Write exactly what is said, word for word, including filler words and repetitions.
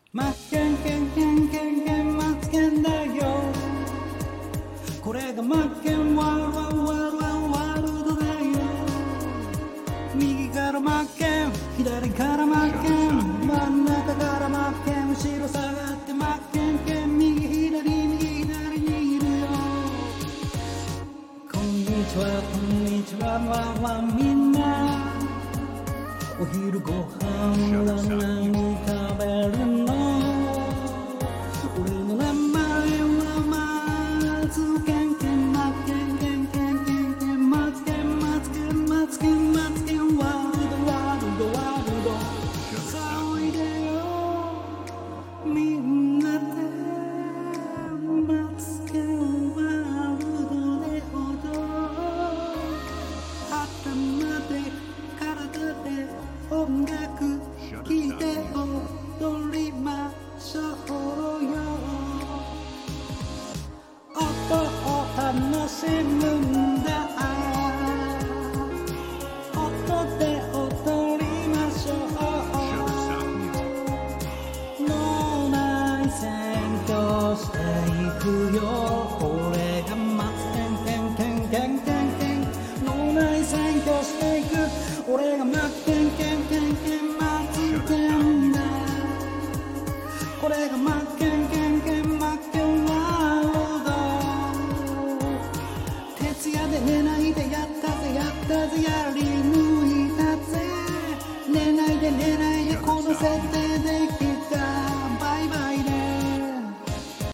マツケンケンケンケンケンマツケンだよ。これがマッケンワールドワールドワールドだよ。右からマッケン左からマッケン真ん中からマッケン後ろ下がってマッケンケン右左右左にいるよ。こんにちはこんにちはわわみんな。お昼ご飯は何食べるの。俺の名前はマツケンケンマツケンケンケンケンケンマツケンマツケンマツケンマツケンワールドワールドワールド。さあおいでよみんなでマツケンワールドで踊ろう。頭で体で音楽聴いて踊りましょうよ。音を楽しむんだ。音で踊りましょう。脳内占拠していくよ。俺がマツケンケンケンケンケンケン脳内占拠していく。俺がマツケンケンケンケンマツケンだ。これがマツ